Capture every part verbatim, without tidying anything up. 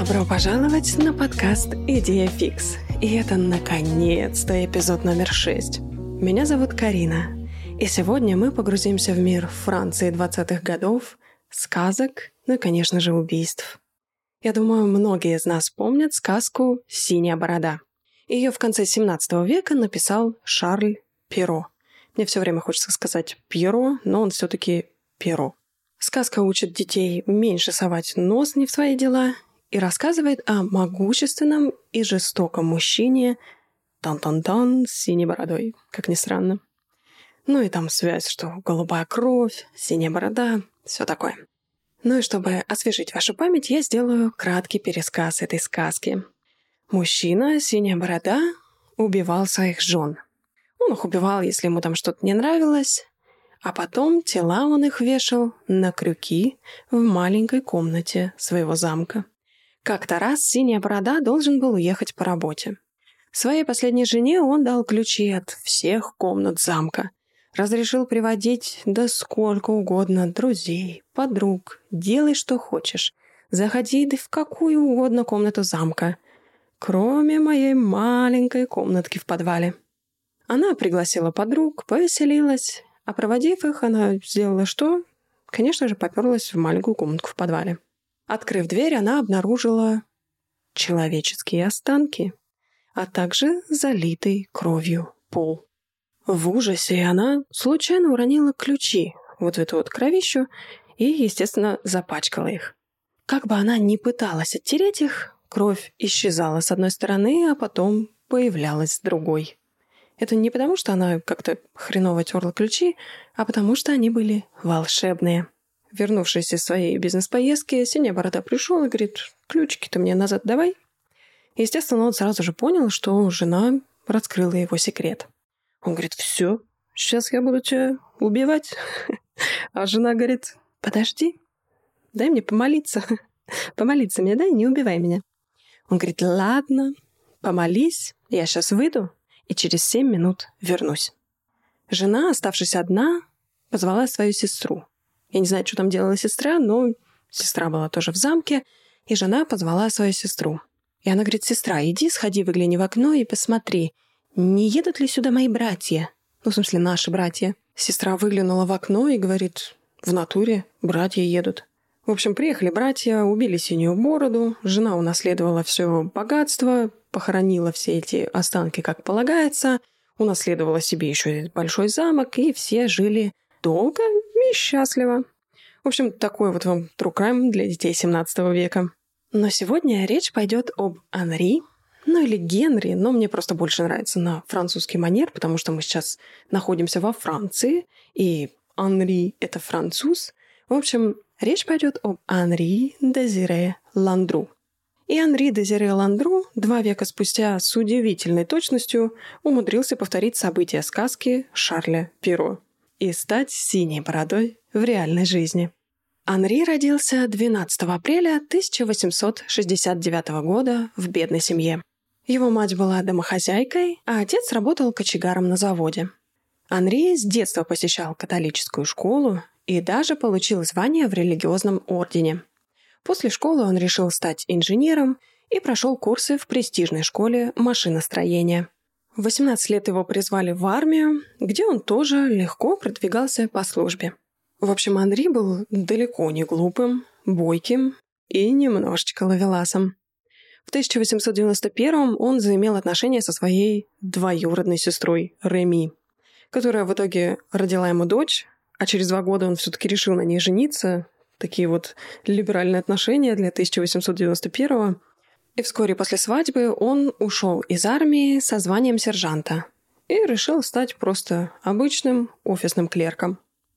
Добро пожаловать на подкаст «Идея фикс». И это, наконец-то, эпизод номер шесть. Меня зовут Карина. И сегодня мы погрузимся в мир Франции двадцатых годов, сказок, ну и, конечно же, убийств. Я думаю, многие из нас помнят сказку «Синяя борода». Ее в конце семнадцатого века написал Шарль Перро. Мне все время хочется сказать «Пьеро», но он все-таки Перро. Сказка учит детей меньше совать нос не в свои дела и рассказывает о могущественном и жестоком мужчине тан-тан-тан с синей бородой, как ни странно. Ну и там связь, что голубая кровь, синяя борода, все такое. Ну и чтобы освежить вашу память, я сделаю краткий пересказ этой сказки. Мужчина, синяя борода, убивал своих жен. Он их убивал, если ему там что-то не нравилось, а потом тела он их вешал на крюки в маленькой комнате своего замка. Как-то раз синяя борода должен был уехать по работе. Своей последней жене он дал ключи от всех комнат замка. Разрешил приводить да сколько угодно друзей, подруг. Делай, что хочешь. Заходи да в какую угодно комнату замка, кроме моей маленькой комнатки в подвале. Она пригласила подруг, повеселилась, а проводив их, она сделала что? Конечно же, поперлась в маленькую комнатку в подвале. Открыв дверь, она обнаружила человеческие останки, а также залитый кровью пол. В ужасе она случайно уронила ключи вот в эту вот кровищу и, естественно, запачкала их. Как бы она ни пыталась оттереть их, кровь исчезала с одной стороны, а потом появлялась с другой. Это не потому, что она как-то хреново терла ключи, а потому что они были волшебные. Вернувшись из своей бизнес-поездки, синяя борода пришел и говорит: «Ключики-то мне назад давай». Естественно, он сразу же понял, что жена раскрыла его секрет. Он говорит: «Все, сейчас я буду тебя убивать». А жена говорит: «Подожди, дай мне помолиться. Помолиться мне дай, не убивай меня». Он говорит: «Ладно, помолись, я сейчас выйду и через семь минут вернусь». Жена, оставшись одна, позвала свою сестру. Я не знаю, что там делала сестра, но сестра была тоже в замке, и жена позвала свою сестру. И она говорит: «Сестра, иди, сходи, выгляни в окно и посмотри, не едут ли сюда мои братья?» Ну, в смысле, наши братья. Сестра выглянула в окно и говорит: «В натуре, братья едут». В общем, приехали братья, убили синюю бороду, жена унаследовала все богатство, похоронила все эти останки, как полагается, унаследовала себе еще большой замок, и все жили долго и счастливо. В общем, такой вот вам true crime для детей семнадцатого века. Но сегодня речь пойдет об Анри, ну или Генри, но мне просто больше нравится на французский манер, потому что мы сейчас находимся во Франции, и Анри — это француз. В общем, речь пойдет об Анри Дезире Ландру. И Анри Дезире Ландру два века спустя с удивительной точностью умудрился повторить события сказки Шарля Перро и стать синей бородой в реальной жизни. Анри родился двенадцатого апреля тысяча восемьсот шестьдесят девятого года в бедной семье. Его мать была домохозяйкой, а отец работал кочегаром на заводе. Анри с детства посещал католическую школу и даже получил звание в религиозном ордене. После школы он решил стать инженером и прошел курсы в престижной школе машиностроения. В восемнадцать лет его призвали в армию, где он тоже легко продвигался по службе. В общем, Анри был далеко не глупым, бойким и немножечко ловеласом. В тысяча восемьсот девяносто первом он заимел отношения со своей двоюродной сестрой Реми, которая в итоге родила ему дочь, а через два года он все-таки решил на ней жениться. Такие вот либеральные отношения для тысяча восемьсот девяносто первого. И вскоре после свадьбы он ушел из армии со званием сержанта и решил стать просто обычным офисным клерком.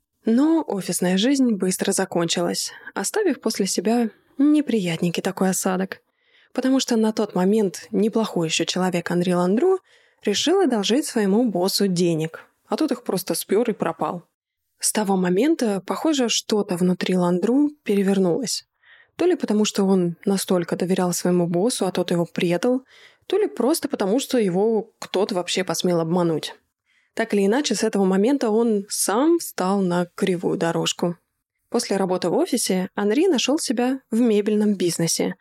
Но офисная жизнь быстро закончилась, оставив после себя неприятненький такой осадок. Потому что на тот момент неплохой еще человек Анри Ландру решил одолжить своему боссу денег, а тот их просто спер и пропал. С того момента, похоже, что-то внутри Ландру перевернулось. То ли потому, что он настолько доверял своему боссу, а тот его предал, то ли просто потому, что его кто-то вообще посмел обмануть. Так или иначе, с этого момента он сам встал на кривую дорожку. После работы в офисе Анри нашел себя в мебельном бизнесе.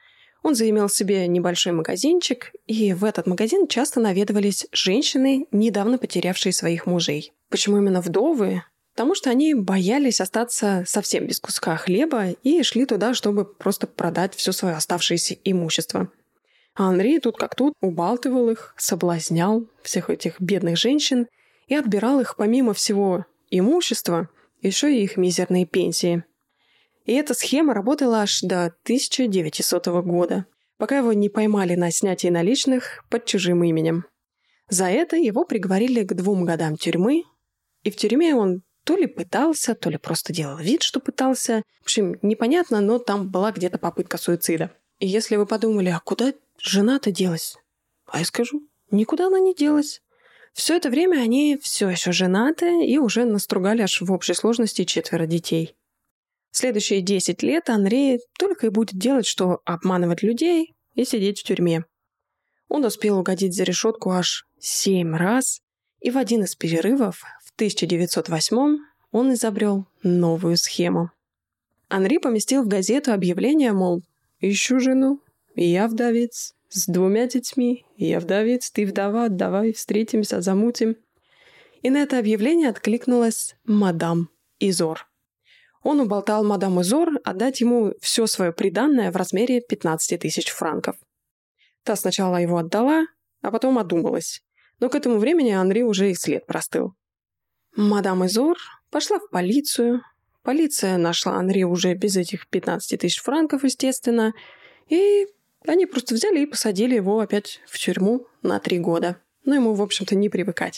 Он заимел себе небольшой магазинчик, и в этот магазин часто наведывались женщины, недавно потерявшие своих мужей. Почему именно вдовы? Потому что они боялись остаться совсем без куска хлеба и шли туда, чтобы просто продать все свое оставшееся имущество. А Анри тут как тут убалтывал их, соблазнял всех этих бедных женщин и отбирал их помимо всего имущества еще и их мизерные пенсии. И эта схема работала аж до тысяча девятисотого года, пока его не поймали на снятии наличных под чужим именем. За это его приговорили к двум годам тюрьмы, и в тюрьме он то ли пытался, то ли просто делал вид, что пытался. В общем, непонятно, но там была где-то попытка суицида. И если вы подумали, а куда жена-то делась? А я скажу, никуда она не делась. Все это время они все еще женаты и уже настругали аж в общей сложности четверо детей. В следующие десять лет Анри только и будет делать, что обманывать людей и сидеть в тюрьме. Он успел угодить за решетку аж семь раз, и в один из перерывов в тысяча девятьсот восьмом он изобрел новую схему. Анри поместил в газету объявление, мол, «Ищу жену, я вдовец, с двумя детьми, я вдовец, ты вдова, давай встретимся, замутим». И на это объявление откликнулась мадам Изор. Он уболтал мадам Изор отдать ему все свое приданное в размере пятнадцать тысяч франков. Та сначала его отдала, а потом одумалась. Но к этому времени Анри уже и след простыл. Мадам Изор пошла в полицию. Полиция нашла Анри уже без этих пятнадцать тысяч франков, естественно. И они просто взяли и посадили его опять в тюрьму на три года. Но ему, в общем-то, не привыкать.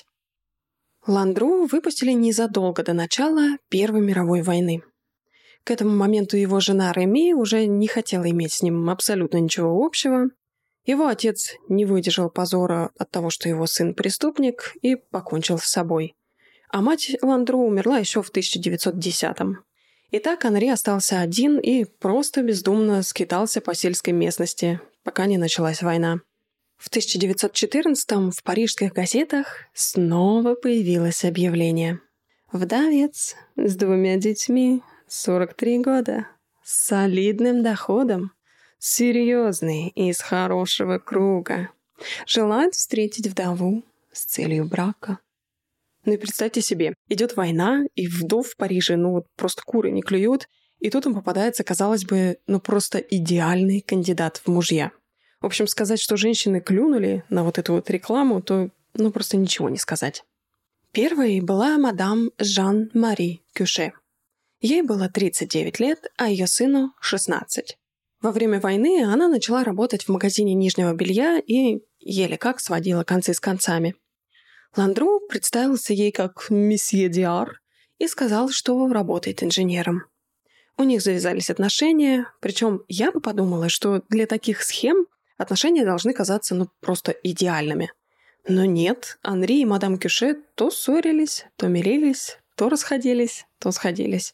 Ландру выпустили незадолго до начала Первой мировой войны. К этому моменту его жена Реми уже не хотела иметь с ним абсолютно ничего общего. Его отец не выдержал позора от того, что его сын преступник, и покончил с собой. А мать Ландру умерла еще в тысяча девятьсот десятом. И так Анри остался один и просто бездумно скитался по сельской местности, пока не началась война. В тысяча девятьсот четырнадцатом в парижских газетах снова появилось объявление. «Вдовец с двумя детьми, сорок три года, с солидным доходом, серьезный и из хорошего круга, желает встретить вдову с целью брака». Ну и представьте себе, идет война, и вдов в Париже, ну вот просто куры не клюют, и тут им попадается, казалось бы, ну просто идеальный кандидат в мужья. В общем, сказать, что женщины клюнули на вот эту вот рекламу, то ну просто ничего не сказать. Первой была мадам Жан-Мари Кюше. Ей было тридцать девять лет, а ее сыну шестнадцать. Во время войны она начала работать в магазине нижнего белья и еле как сводила концы с концами. Ландру представился ей как месье Диар и сказал, что работает инженером. У них завязались отношения, причем я бы подумала, что для таких схем отношения должны казаться ну просто идеальными. Но нет, Анри и мадам Кюше то ссорились, то мирились, то расходились, то сходились.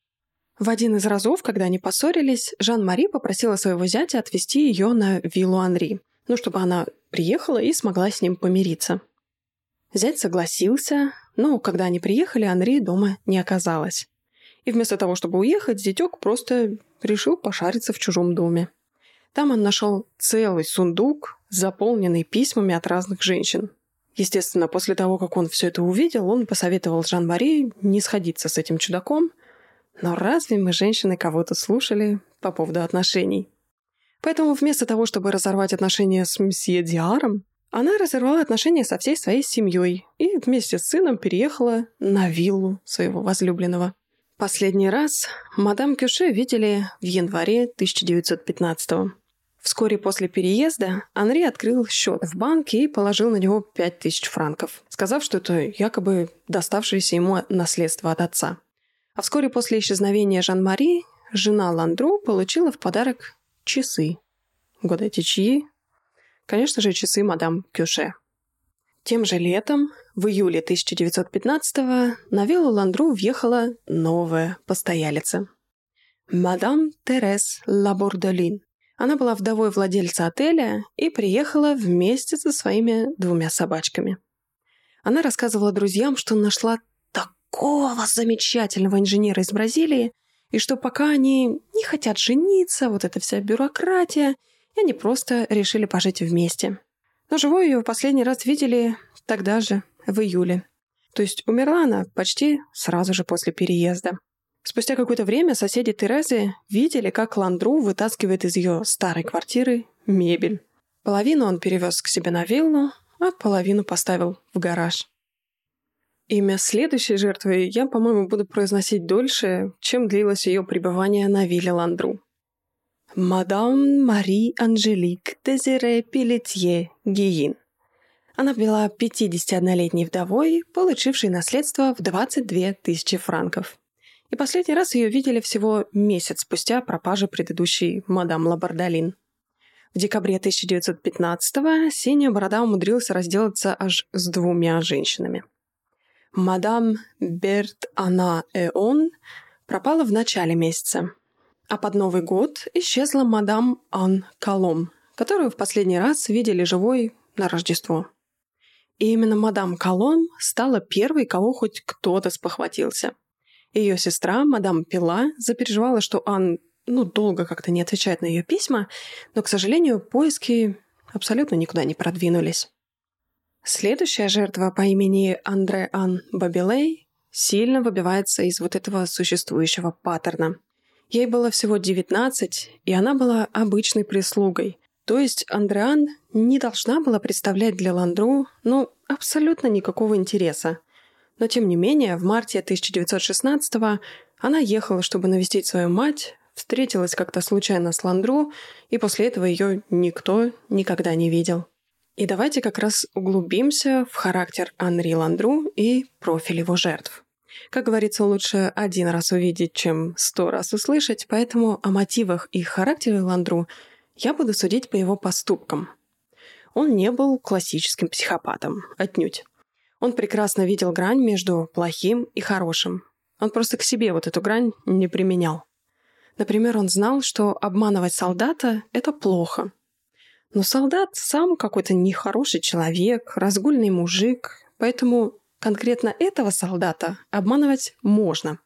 В один из разов, когда они поссорились, Жан-Мари попросила своего зятя отвезти ее на виллу Анри, ну, чтобы она приехала и смогла с ним помириться. Зять согласился, но когда они приехали, Анри дома не оказалось. И вместо того, чтобы уехать, зятёк просто решил пошариться в чужом доме. Там он нашел целый сундук, заполненный письмами от разных женщин. Естественно, после того, как он все это увидел, он посоветовал Жан-Мари не сходиться с этим чудаком. Но разве мы, женщины, кого-то слушали по поводу отношений? Поэтому вместо того, чтобы разорвать отношения с месье Диаром, она разорвала отношения со всей своей семьей и вместе с сыном переехала на виллу своего возлюбленного. Последний раз мадам Кюше видели в январе тысяча девятьсот пятнадцатого. Вскоре после переезда Анри открыл счет в банке и положил на него пять тысяч франков, сказав, что это якобы доставшееся ему наследство от отца. А вскоре после исчезновения Жан-Мари жена Ландру получила в подарок часы. Угадайте, чьи? Конечно же, часы мадам Кюше. Тем же летом, в июле тысяча девятьсот пятнадцатого, на виллу Ландру въехала новая постоялица. Мадам Терез Лабордолин. Она была вдовой владельца отеля и приехала вместе со своими двумя собачками. Она рассказывала друзьям, что нашла такого замечательного инженера из Бразилии, и что пока они не хотят жениться, вот эта вся бюрократия, и они просто решили пожить вместе. Но живой ее в последний раз видели тогда же, в июле. То есть умерла она почти сразу же после переезда. Спустя какое-то время соседи Терезы видели, как Ландру вытаскивает из ее старой квартиры мебель. Половину он перевез к себе на виллу, а половину поставил в гараж. Имя следующей жертвы я, по-моему, буду произносить дольше, чем длилось ее пребывание на вилле Ландру. Мадам Мари Анжелик Дезире Пелетье Гиин. Она была пятидесятиоднолетней вдовой, получившей наследство в двадцать две тысячи франков. И последний раз ее видели всего месяц спустя пропажи предыдущей мадам Лабардалин. В декабре тысяча девятьсот пятнадцатого синяя борода умудрилась разделаться аж с двумя женщинами. Мадам Берт Ана Эон пропала в начале месяца, а под Новый год исчезла мадам Ан Колом, которую в последний раз видели живой на Рождество. И именно мадам Колом стала первой, кого хоть кто-то спохватился. Ее сестра, мадам Пила, запереживала, что Ан ну, долго как-то не отвечает на ее письма, но, к сожалению, поиски абсолютно никуда не продвинулись. Следующая жертва по имени Андре Ан Бабилей сильно выбивается из вот этого существующего паттерна. Ей было всего девятнадцать, и она была обычной прислугой. То есть Андреан не должна была представлять для Ландру, ну, абсолютно никакого интереса. Но, тем не менее, в марте тысяча девятьсот шестнадцатого она ехала, чтобы навестить свою мать, встретилась как-то случайно с Ландру, и после этого ее никто никогда не видел. И давайте как раз углубимся в характер Анри Ландру и профиль его жертв. Как говорится, лучше один раз увидеть, чем сто раз услышать, поэтому о мотивах и характере Ландру я буду судить по его поступкам. Он не был классическим психопатом, отнюдь. Он прекрасно видел грань между плохим и хорошим. Он просто к себе вот эту грань не применял. Например, он знал, что обманывать солдата – это плохо. Но солдат сам какой-то нехороший человек, разгульный мужик, поэтому конкретно этого солдата обманывать можно.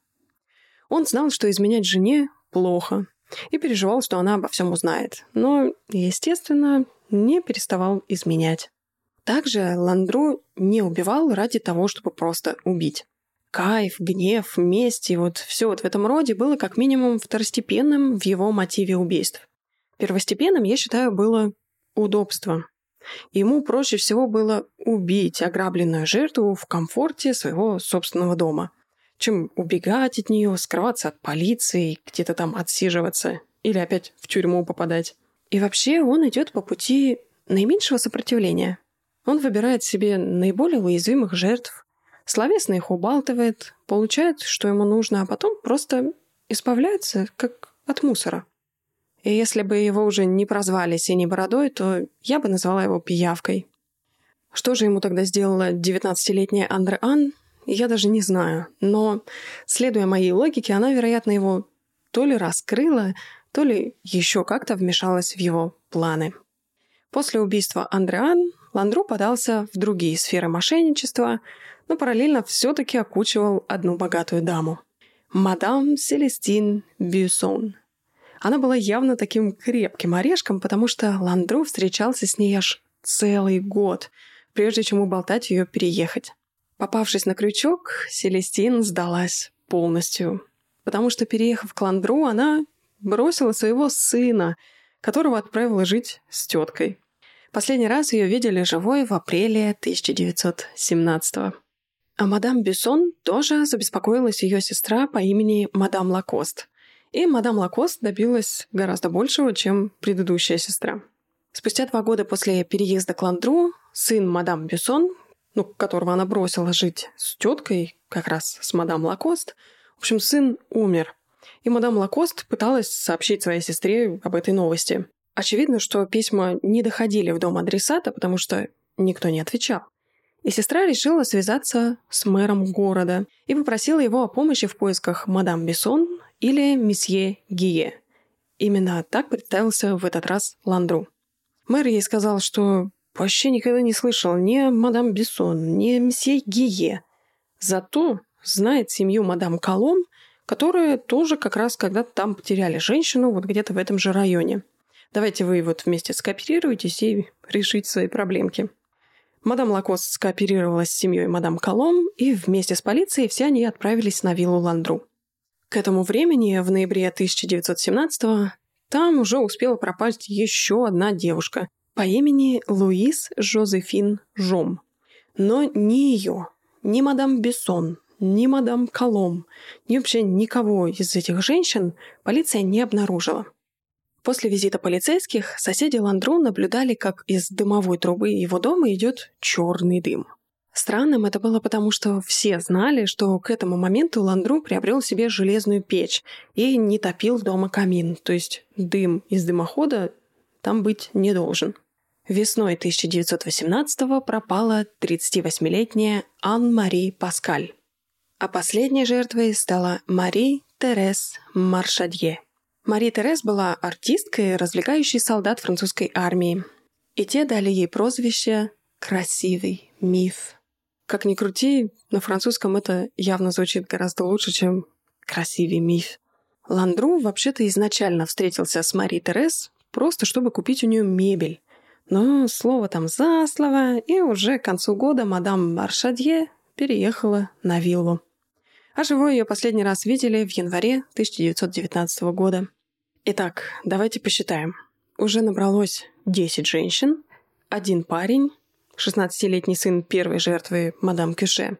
Он знал, что изменять жене плохо, и переживал, что она обо всем узнает, но, естественно, не переставал изменять. Также Ландру не убивал ради того, чтобы просто убить. Кайф, гнев, месть и вот все вот в этом роде было как минимум второстепенным в его мотиве убийств. Первостепенным, я считаю, было удобство. Ему проще всего было убить ограбленную жертву в комфорте своего собственного дома, чем убегать от нее, скрываться от полиции, где-то там отсиживаться или опять в тюрьму попадать. И вообще он идет по пути наименьшего сопротивления. Он выбирает себе наиболее уязвимых жертв, словесно их убалтывает, получает, что ему нужно, а потом просто избавляется, как от мусора. И если бы его уже не прозвали «синей бородой», то я бы назвала его пиявкой. Что же ему тогда сделала девятнадцатилетняя Андре Ан, я даже не знаю. Но, следуя моей логике, она, вероятно, его то ли раскрыла, то ли еще как-то вмешалась в его планы. После убийства Андре Ан Ландру подался в другие сферы мошенничества, но параллельно все-таки окучивал одну богатую даму. Мадам Селестин Бюссон. Она была явно таким крепким орешком, потому что Ландру встречался с ней аж целый год, прежде чем уболтать ее переехать. Попавшись на крючок, Селестин сдалась полностью, потому что, переехав к Ландру, она бросила своего сына, которого отправила жить с теткой. Последний раз ее видели живой в апреле тысяча девятьсот семнадцатого. А мадам Бюссон тоже забеспокоилась ее сестра по имени мадам Лакост. И мадам Лакост добилась гораздо большего, чем предыдущая сестра. Спустя два года после переезда к Ландру сын мадам Бюссон, ну, которого она бросила жить с теткой, как раз с мадам Лакост, в общем, сын умер. И мадам Лакост пыталась сообщить своей сестре об этой новости. Очевидно, что письма не доходили в дом адресата, потому что никто не отвечал. И сестра решила связаться с мэром города и попросила его о помощи в поисках мадам Бюссон или месье Гие. Именно так представился в этот раз Ландру. Мэр ей сказал, что вообще никогда не слышал ни о мадам Бюссон, ни о месье Гие. Зато знает семью мадам Колом, которая тоже как раз когда-то там потеряли женщину, вот где-то в этом же районе. Давайте вы вот вместе скооперируетесь и решите свои проблемки. Мадам Лакост скооперировалась с семьей мадам Колом, и вместе с полицией все они отправились на виллу Ландру. К этому времени, в ноябре тысяча девятьсот семнадцатого, там уже успела пропасть еще одна девушка по имени Луиз Жозефин Жом. Но ни ее, ни мадам Бессон, ни мадам Колом, ни вообще никого из этих женщин полиция не обнаружила. После визита полицейских соседи Ландру наблюдали, как из дымовой трубы его дома идет черный дым. Странным это было потому, что все знали, что к этому моменту Ландру приобрел себе железную печь и не топил дома камин, то есть дым из дымохода там быть не должен. Весной тысяча девятьсот восемнадцатого пропала тридцативосьмилетняя Ан-Мари Паскаль, а последней жертвой стала Мари Терез Маршадье. Мари Терез была артисткой, развлекающей солдат французской армии. И те дали ей прозвище «Красивый миф». Как ни крути, на французском это явно звучит гораздо лучше, чем «красивый миф». Ландру вообще-то изначально встретился с Мари Терез просто чтобы купить у нее мебель. Но слово там за слово, и уже к концу года мадам Маршадье переехала на виллу. А живой ее последний раз видели в январе тысяча девятьсот девятнадцатого года. Итак, давайте посчитаем. Уже набралось десять женщин, один парень, шестнадцатилетний сын первой жертвы мадам Кюше,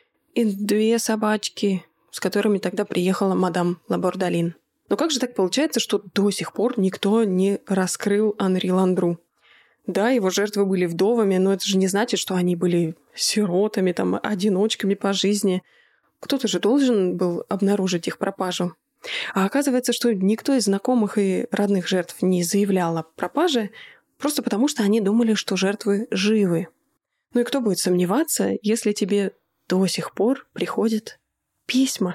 и две собачки, с которыми тогда приехала мадам Лабордалин. Но как же так получается, что до сих пор никто не раскрыл Анри Ландру? Да, его жертвы были вдовами, но это же не значит, что они были сиротами, там, одиночками по жизни. Кто-то же должен был обнаружить их пропажу. А оказывается, что никто из знакомых и родных жертв не заявлял о пропаже, просто потому что они думали, что жертвы живы. Ну и кто будет сомневаться, если тебе до сих пор приходят письма?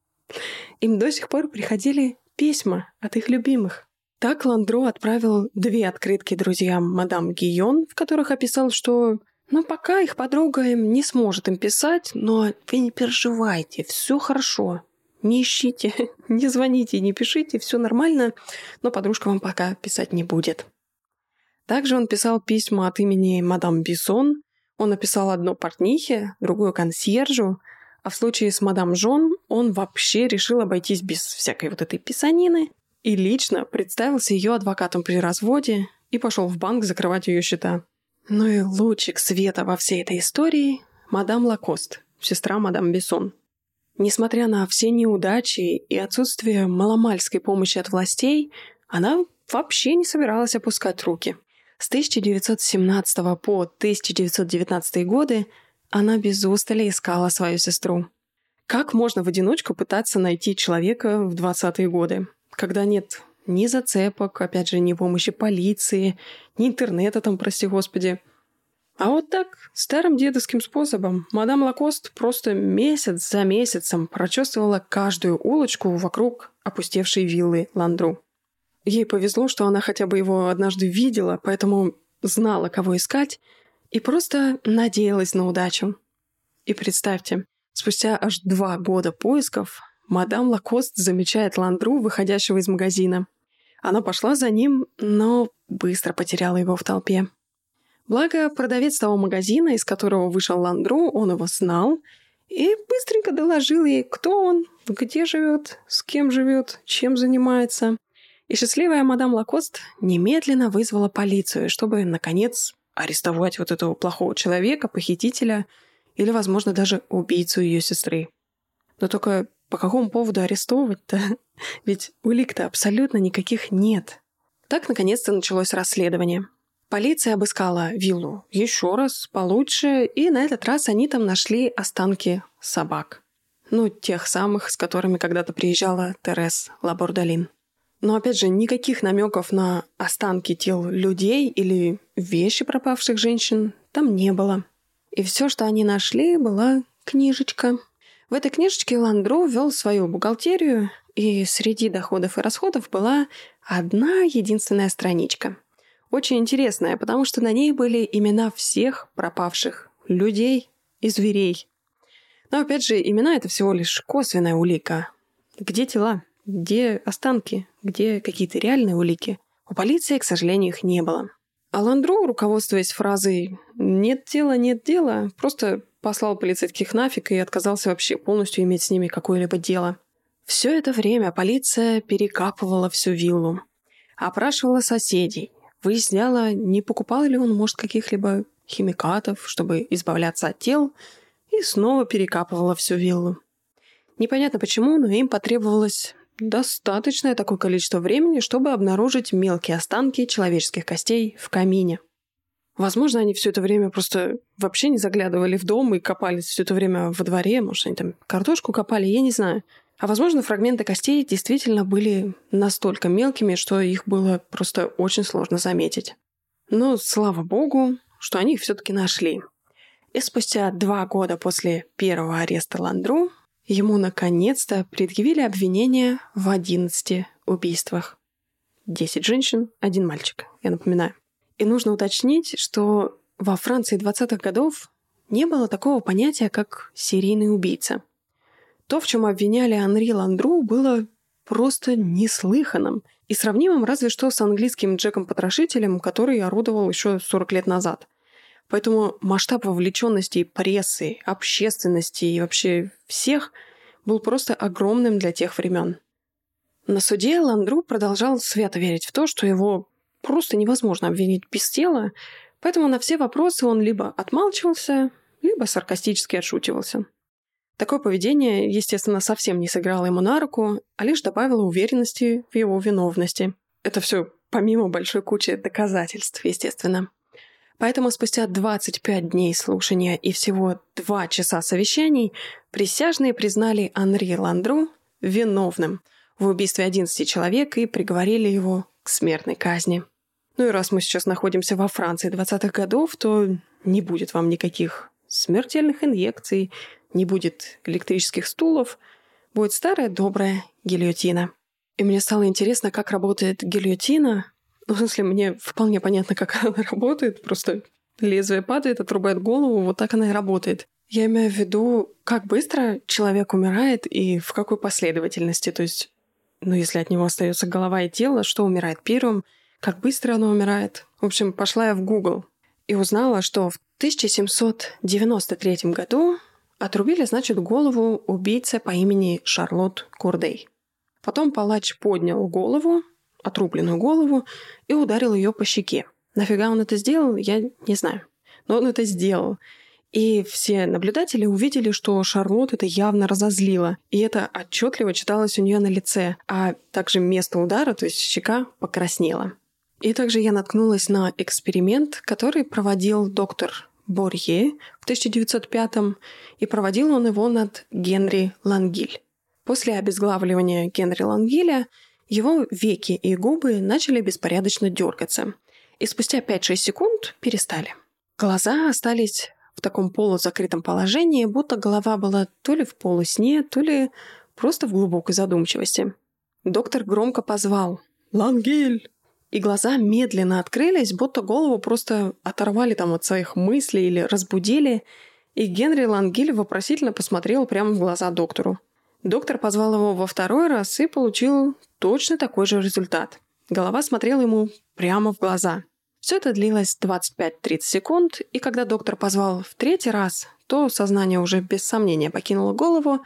Им до сих пор приходили письма от их любимых. Так Ландру отправил две открытки друзьям мадам Гийон, в которых описал, что ну, пока их подруга им не сможет им писать, но вы не переживайте, все хорошо. Не ищите, не звоните, не пишите, все нормально, но подружка вам пока писать не будет. Также он писал письма от имени мадам Бессон. Он написал одно портнихе, другое консьержу, а в случае с мадам Жон он вообще решил обойтись без всякой вот этой писанины и лично представился ее адвокатом при разводе и пошел в банк закрывать ее счета. Ну и лучик света во всей этой истории – мадам Лакост, сестра мадам Бессон. Несмотря на все неудачи и отсутствие маломальской помощи от властей, она вообще не собиралась опускать руки. С тысяча девятьсот семнадцатого по тысяча девятьсот девятнадцатый годы она без устали искала свою сестру. Как можно в одиночку пытаться найти человека в двадцатые годы, когда нет ни зацепок, опять же, ни помощи полиции, ни интернета там, прости господи. А вот так, старым дедовским способом, мадам Лакост просто месяц за месяцем прочесывала каждую улочку вокруг опустевшей виллы Ландру. Ей повезло, что она хотя бы его однажды видела, поэтому знала, кого искать, и просто надеялась на удачу. И представьте, спустя аж два года поисков мадам Лакост замечает Ландру, выходящего из магазина. Она пошла за ним, но быстро потеряла его в толпе. Благо, продавец того магазина, из которого вышел Ландру, он его знал и быстренько доложил ей, кто он, где живет, с кем живет, чем занимается. И счастливая мадам Лакост немедленно вызвала полицию, чтобы, наконец, арестовать вот этого плохого человека, похитителя или, возможно, даже убийцу ее сестры. Но только по какому поводу арестовывать-то? Ведь улик-то абсолютно никаких нет. Так, наконец-то, началось расследование. Полиция обыскала виллу еще раз, получше, и на этот раз они там нашли останки собак. Ну, тех самых, с которыми когда-то приезжала Терез Лабордалин. Но, опять же, никаких намеков на останки тел людей или вещи пропавших женщин там не было. И все, что они нашли, была книжечка. В этой книжечке Ландру вел свою бухгалтерию, и среди доходов и расходов была одна единственная страничка. Очень интересная, потому что на ней были имена всех пропавших людей и зверей. Но, опять же, имена — это всего лишь косвенная улика. Где тела? Где останки? Где какие-то реальные улики? У полиции, к сожалению, их не было. А Ландру, руководствуясь фразой «нет дела, нет дела», просто послал полицейских нафиг и отказался вообще полностью иметь с ними какое-либо дело. Все это время полиция перекапывала всю виллу, опрашивала соседей, выясняла, не покупал ли он, может, каких-либо химикатов, чтобы избавляться от тел, и снова перекапывала всю виллу. Непонятно почему, но им потребовалось достаточное такое количество времени, чтобы обнаружить мелкие останки человеческих костей в камине. Возможно, они все это время просто вообще не заглядывали в дом и копались все это время во дворе, может, они там картошку копали, я не знаю. А возможно, фрагменты костей действительно были настолько мелкими, что их было просто очень сложно заметить. Но слава богу, что они их все-таки нашли. И спустя два года после первого ареста Ландру ему наконец-то предъявили обвинение в одиннадцати убийствах. Десять женщин, один мальчик, я напоминаю. И нужно уточнить, что во Франции двадцатых годов не было такого понятия, как серийный убийца. То, в чем обвиняли Анри Ландру, было просто неслыханным и сравнимым разве что с английским Джеком-потрошителем, который орудовал еще сорок лет назад. Поэтому масштаб вовлеченности прессы, общественности и вообще всех был просто огромным для тех времен. На суде Ландру продолжал свято верить в то, что его просто невозможно обвинить без тела, поэтому на все вопросы он либо отмалчивался, либо саркастически отшутивался. Такое поведение, естественно, совсем не сыграло ему на руку, а лишь добавило уверенности в его виновности. Это все помимо большой кучи доказательств, естественно. Поэтому спустя двадцать пять дней слушания и всего два часа совещаний присяжные признали Анри Ландру виновным в убийстве одиннадцати человек и приговорили его к смертной казни. Ну и раз мы сейчас находимся во Франции двадцатых годов, то не будет вам никаких смертельных инъекций, не будет электрических стулов, будет старая добрая гильотина. И мне стало интересно, как работает гильотина. Ну, в смысле, мне вполне понятно, как она работает. Просто лезвие падает, отрубает голову, вот так она и работает. Я имею в виду, как быстро человек умирает и в какой последовательности. То есть, ну, если от него остается голова и тело, что умирает первым, как быстро оно умирает. В общем, пошла я в Google и узнала, что в тысяча семьсот девяносто третьем году отрубили, значит, голову убийцы по имени Шарлотт Кордей. Потом палач поднял голову, отрубленную голову, и ударил ее по щеке. Нафига он это сделал, я не знаю. Но он это сделал. И все наблюдатели увидели, что Шарлотт это явно разозлило. И это отчетливо читалось у нее на лице. А также место удара, то есть щека, покраснела. И также я наткнулась на эксперимент, который проводил доктор Борье в тысяча девятьсот пятом, и проводил он его над Генри Лангиль. После обезглавливания Генри Лангиля его веки и губы начали беспорядочно дергаться, и спустя пять-шесть секунд перестали. Глаза остались в таком полузакрытом положении, будто голова была то ли в полусне, то ли просто в глубокой задумчивости. Доктор громко позвал «Лангиль!», и глаза медленно открылись, будто голову просто оторвали там от своих мыслей или разбудили, и Генри Лангиль вопросительно посмотрел прямо в глаза доктору. Доктор позвал его во второй раз и получил точно такой же результат. Голова смотрела ему прямо в глаза. Все это длилось двадцать пять-тридцать секунд, и когда доктор позвал в третий раз, то сознание уже без сомнения покинуло голову,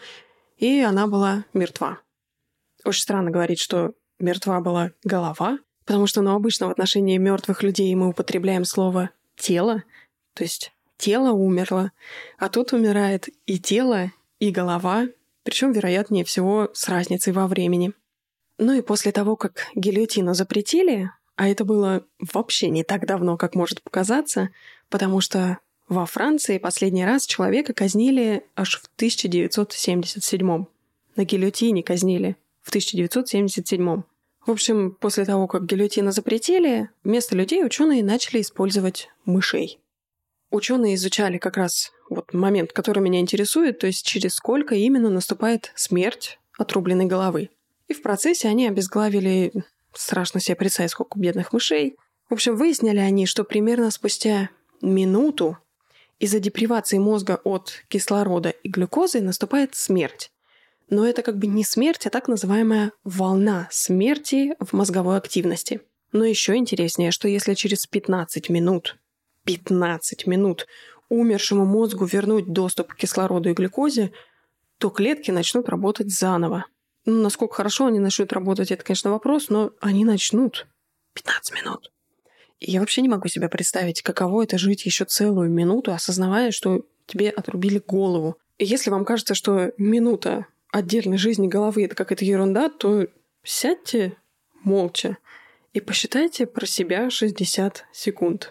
и она была мертва. Очень странно говорить, что мертва была голова, потому что, ну, обычно в отношении мертвых людей мы употребляем слово «тело», то есть тело умерло, а тут умирает и тело, и голова, причем, вероятнее всего, с разницей во времени. Ну и после того, как гильотину запретили, а это было вообще не так давно, как может показаться, потому что во Франции последний раз человека казнили аж в тысяча девятьсот семьдесят седьмом. На гильотине казнили в тысяча девятьсот семьдесят седьмом. В общем, после того, как гильотину запретили, вместо людей ученые начали использовать мышей. Ученые изучали как раз вот момент, который меня интересует, то есть через сколько именно наступает смерть отрубленной головы. И в процессе они обезглавили, страшно себе представить, сколько бедных мышей. В общем, выяснили они, что примерно спустя минуту из-за депривации мозга от кислорода и глюкозы наступает смерть. Но это как бы не смерть, а так называемая волна смерти в мозговой активности. Но еще интереснее, что если через пятнадцать минут, пятнадцать минут умершему мозгу вернуть доступ к кислороду и глюкозе, то клетки начнут работать заново. Ну, насколько хорошо они начнут работать, это, конечно, вопрос, но они начнут. пятнадцать минут. И я вообще не могу себе представить, каково это жить еще целую минуту, осознавая, что тебе отрубили голову. И если вам кажется, что минута отдельной жизни головы — это какая-то ерунда, то сядьте молча и посчитайте про себя шестьдесят секунд.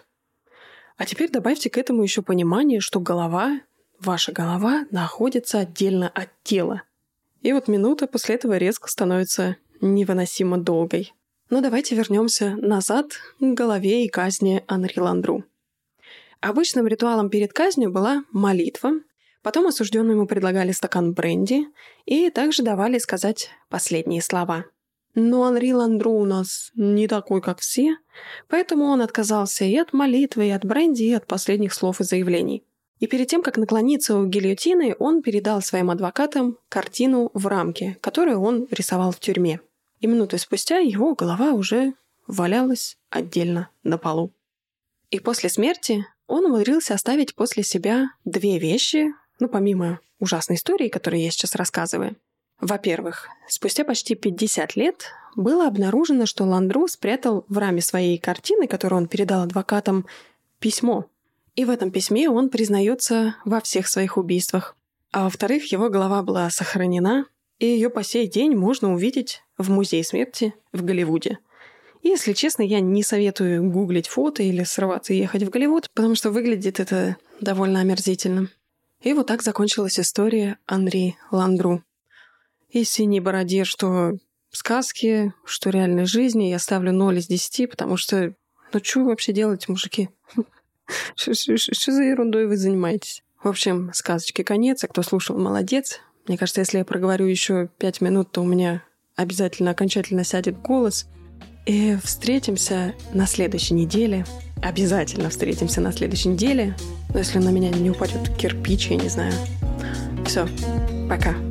А теперь добавьте к этому еще понимание, что голова, ваша голова, находится отдельно от тела. И вот минута после этого резко становится невыносимо долгой. Но давайте вернемся назад к голове и казни Анри Ландру. Обычным ритуалом перед казнью была молитва, потом осужденному предлагали стакан бренди и также давали сказать последние слова. Но Анри Ландру у нас не такой, как все, поэтому он отказался и от молитвы, и от бренди, и от последних слов и заявлений. И перед тем, как наклониться у гильотины, он передал своим адвокатам картину в рамке, которую он рисовал в тюрьме. И минуты спустя его голова уже валялась отдельно на полу. И после смерти он умудрился оставить после себя две вещи, ну, помимо ужасной истории, которую я сейчас рассказываю. Во-первых, спустя почти пятьдесят лет было обнаружено, что Ландру спрятал в раме своей картины, которую он передал адвокатам, письмо. И в этом письме он признается во всех своих убийствах. А во-вторых, его голова была сохранена, и ее по сей день можно увидеть в Музее смерти в Голливуде. И, если честно, я не советую гуглить фото или срываться и ехать в Голливуд, потому что выглядит это довольно омерзительно. И вот так закончилась история Анри Ландру. И синей бороде, что сказки, что реальной жизни, я ставлю ноль из десяти, потому что, ну что вы вообще делаете, мужики? Что за ерундой вы занимаетесь? В общем, сказочки конец, а кто слушал, молодец. Мне кажется, если я проговорю еще пять минут, то у меня обязательно окончательно сядет голос. И встретимся на следующей неделе. Обязательно встретимся на следующей неделе. Но если на меня не упадет кирпич, я не знаю. Все, пока.